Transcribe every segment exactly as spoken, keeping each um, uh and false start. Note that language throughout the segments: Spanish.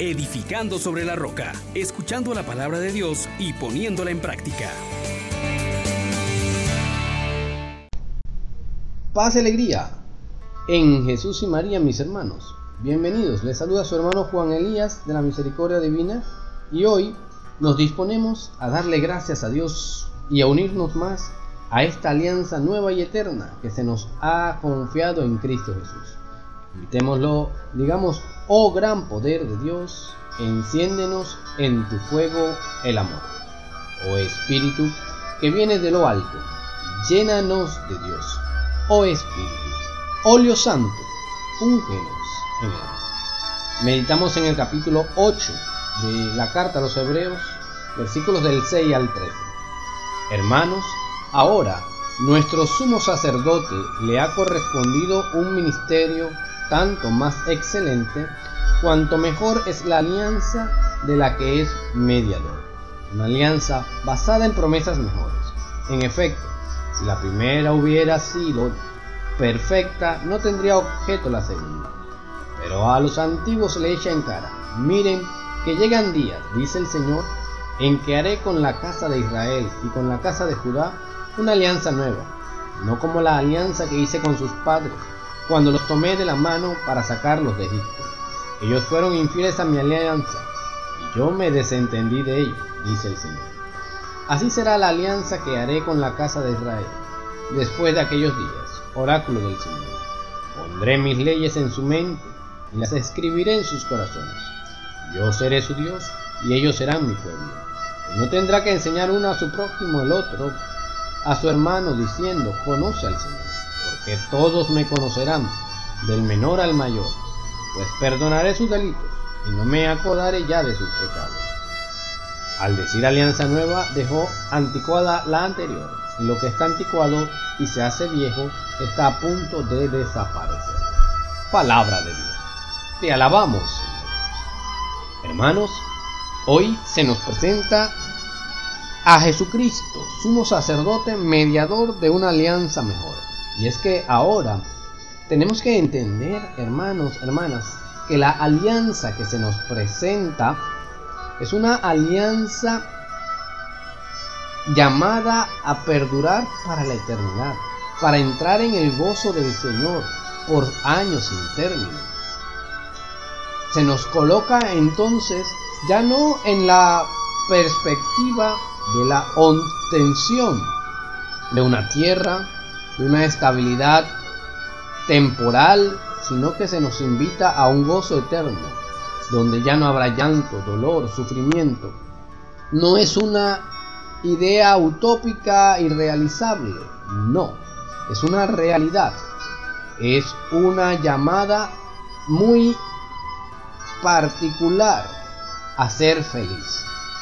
edificando sobre la roca, escuchando la palabra de Dios y poniéndola en práctica. Paz y alegría en Jesús y María, mis hermanos. Bienvenidos, les saluda su hermano Juan Elías de la Misericordia Divina, y hoy nos disponemos a darle gracias a Dios y a unirnos más a esta alianza nueva y eterna que se nos ha confiado en Cristo Jesús. Invitémoslo, digamos: oh gran poder de Dios, enciéndenos en tu fuego el amor. Oh Espíritu que viene de lo alto, llénanos de Dios. Oh Espíritu, óleo santo, úngenos en él. Meditamos en el capítulo ocho de la carta a los Hebreos, versículos del seis al trece. Hermanos, ahora nuestro sumo sacerdote le ha correspondido un ministerio tanto más excelente cuanto mejor es la alianza de la que es mediador, una alianza basada en promesas mejores. En efecto, si la primera hubiera sido perfecta, no tendría objeto la segunda. Pero a los antiguos le echa en cara: miren que llegan días, dice el Señor, en que haré con la casa de Israel y con la casa de Judá una alianza nueva, no como la alianza que hice con sus padres, cuando los tomé de la mano para sacarlos de Egipto. Ellos fueron infieles a mi alianza, y yo me desentendí de ellos, dice el Señor. Así será la alianza que haré con la casa de Israel, después de aquellos días, oráculo del Señor. Pondré mis leyes en su mente, y las escribiré en sus corazones. Yo seré su Dios, y ellos serán mi pueblo. Y no tendrá que enseñar uno a su prójimo el otro, a su hermano, diciendo: conoce al Señor, porque todos me conocerán, del menor al mayor, pues perdonaré sus delitos, y no me acordaré ya de sus pecados. Al decir alianza nueva, dejó anticuada la anterior, y lo que está anticuado y se hace viejo está a punto de desaparecer. Palabra de Dios. Te alabamos, Señor. Hermanos, hoy se nos presenta a Jesucristo, sumo sacerdote, mediador de una alianza mejor. Y es que ahora tenemos que entender, hermanos, hermanas, que la alianza que se nos presenta es una alianza llamada a perdurar para la eternidad, para entrar en el gozo del Señor por años sin término. Se nos coloca entonces ya no en la perspectiva de la obtención de una tierra, de una estabilidad temporal, sino que se nos invita a un gozo eterno, donde ya no habrá llanto, dolor, sufrimiento. No es una idea utópica irrealizable, no, es una realidad, es una llamada muy particular a ser feliz.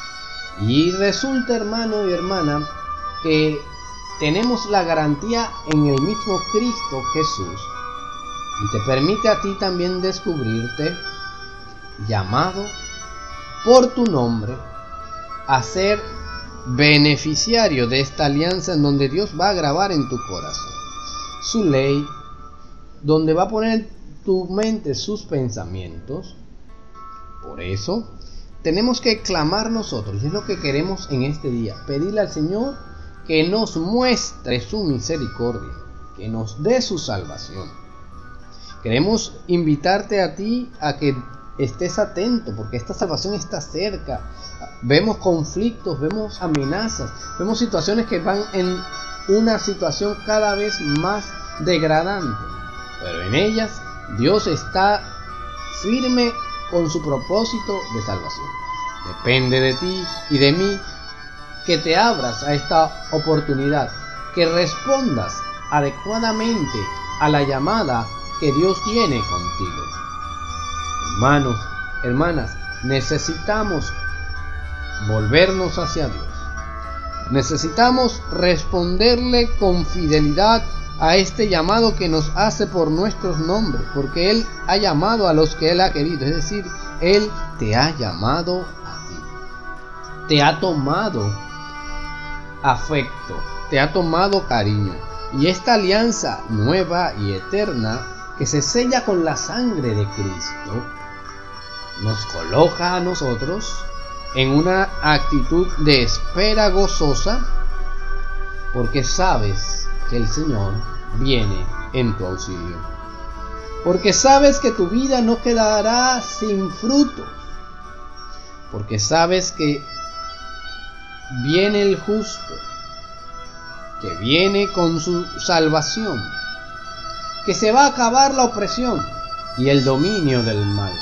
Y resulta, hermano y hermana, que tenemos la garantía en el mismo Cristo Jesús, y te permite a ti también descubrirte llamado por tu nombre a ser beneficiario de esta alianza, en donde Dios va a grabar en tu corazón su ley, donde va a poner en tu mente sus pensamientos. Por eso tenemos que clamar nosotros, y es lo que queremos en este día: pedirle al Señor que nos muestre su misericordia, que nos dé su salvación. Queremos invitarte a ti a que estés atento, porque esta salvación está cerca. Vemos conflictos, vemos amenazas, vemos situaciones que van en una situación cada vez más degradante, pero en ellas Dios está firme con su propósito de salvación. Depende de ti y de mí que te abras a esta oportunidad, que respondas adecuadamente a la llamada que Dios tiene contigo. Hermanos, hermanas, necesitamos volvernos hacia Dios. Necesitamos responderle con fidelidad a este llamado que nos hace por nuestros nombres, porque Él ha llamado a los que Él ha querido, es decir, Él te ha llamado a ti, te ha tomado afecto, te ha tomado cariño, y esta alianza nueva y eterna que se sella con la sangre de Cristo nos coloca a nosotros en una actitud de espera gozosa, porque sabes que el Señor viene en tu auxilio, porque sabes que tu vida no quedará sin fruto, porque sabes que viene el justo, que viene con su salvación, que se va a acabar la opresión y el dominio del mal.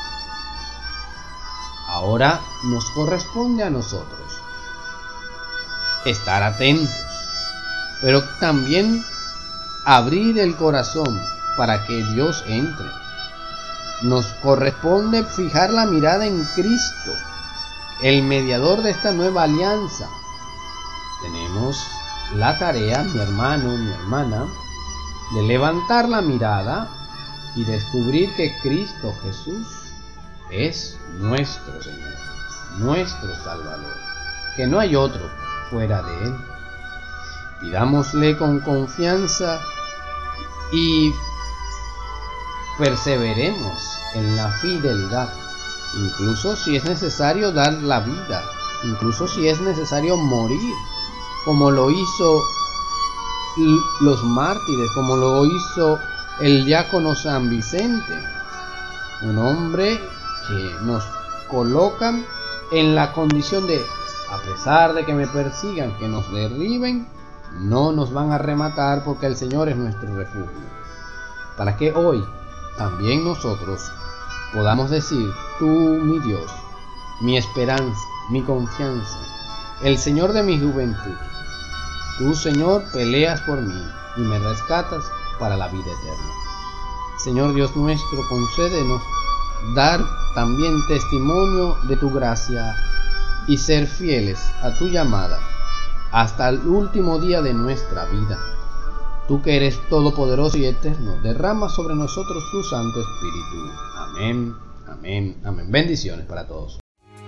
Ahora nos corresponde a nosotros estar atentos, pero también abrir el corazón para que Dios entre. Nos corresponde fijar la mirada en Cristo, el mediador de esta nueva alianza. Tenemos la tarea, mi hermano, mi hermana, de levantar la mirada y descubrir que Cristo Jesús es nuestro Señor, nuestro Salvador, que no hay otro fuera de Él. Pidámosle con confianza y perseveremos en la fidelidad, incluso si es necesario dar la vida, incluso si es necesario morir, como lo hizo los mártires, como lo hizo el diácono San Vicente, un hombre que nos coloca en la condición de, a pesar de que me persigan, que nos derriben, no nos van a rematar, porque el Señor es nuestro refugio, para que hoy también nosotros podamos decir: tú, mi Dios, mi esperanza, mi confianza, el Señor de mi juventud, tú, Señor, peleas por mí y me rescatas para la vida eterna. Señor Dios nuestro, concédenos dar también testimonio de tu gracia y ser fieles a tu llamada hasta el último día de nuestra vida. Tú que eres todopoderoso y eterno, derrama sobre nosotros tu Santo Espíritu. Amén, amén, amén. Bendiciones para todos.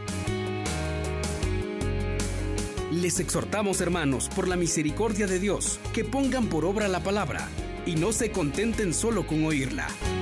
Les exhortamos, hermanos, por la misericordia de Dios, que pongan por obra la palabra y no se contenten solo con oírla.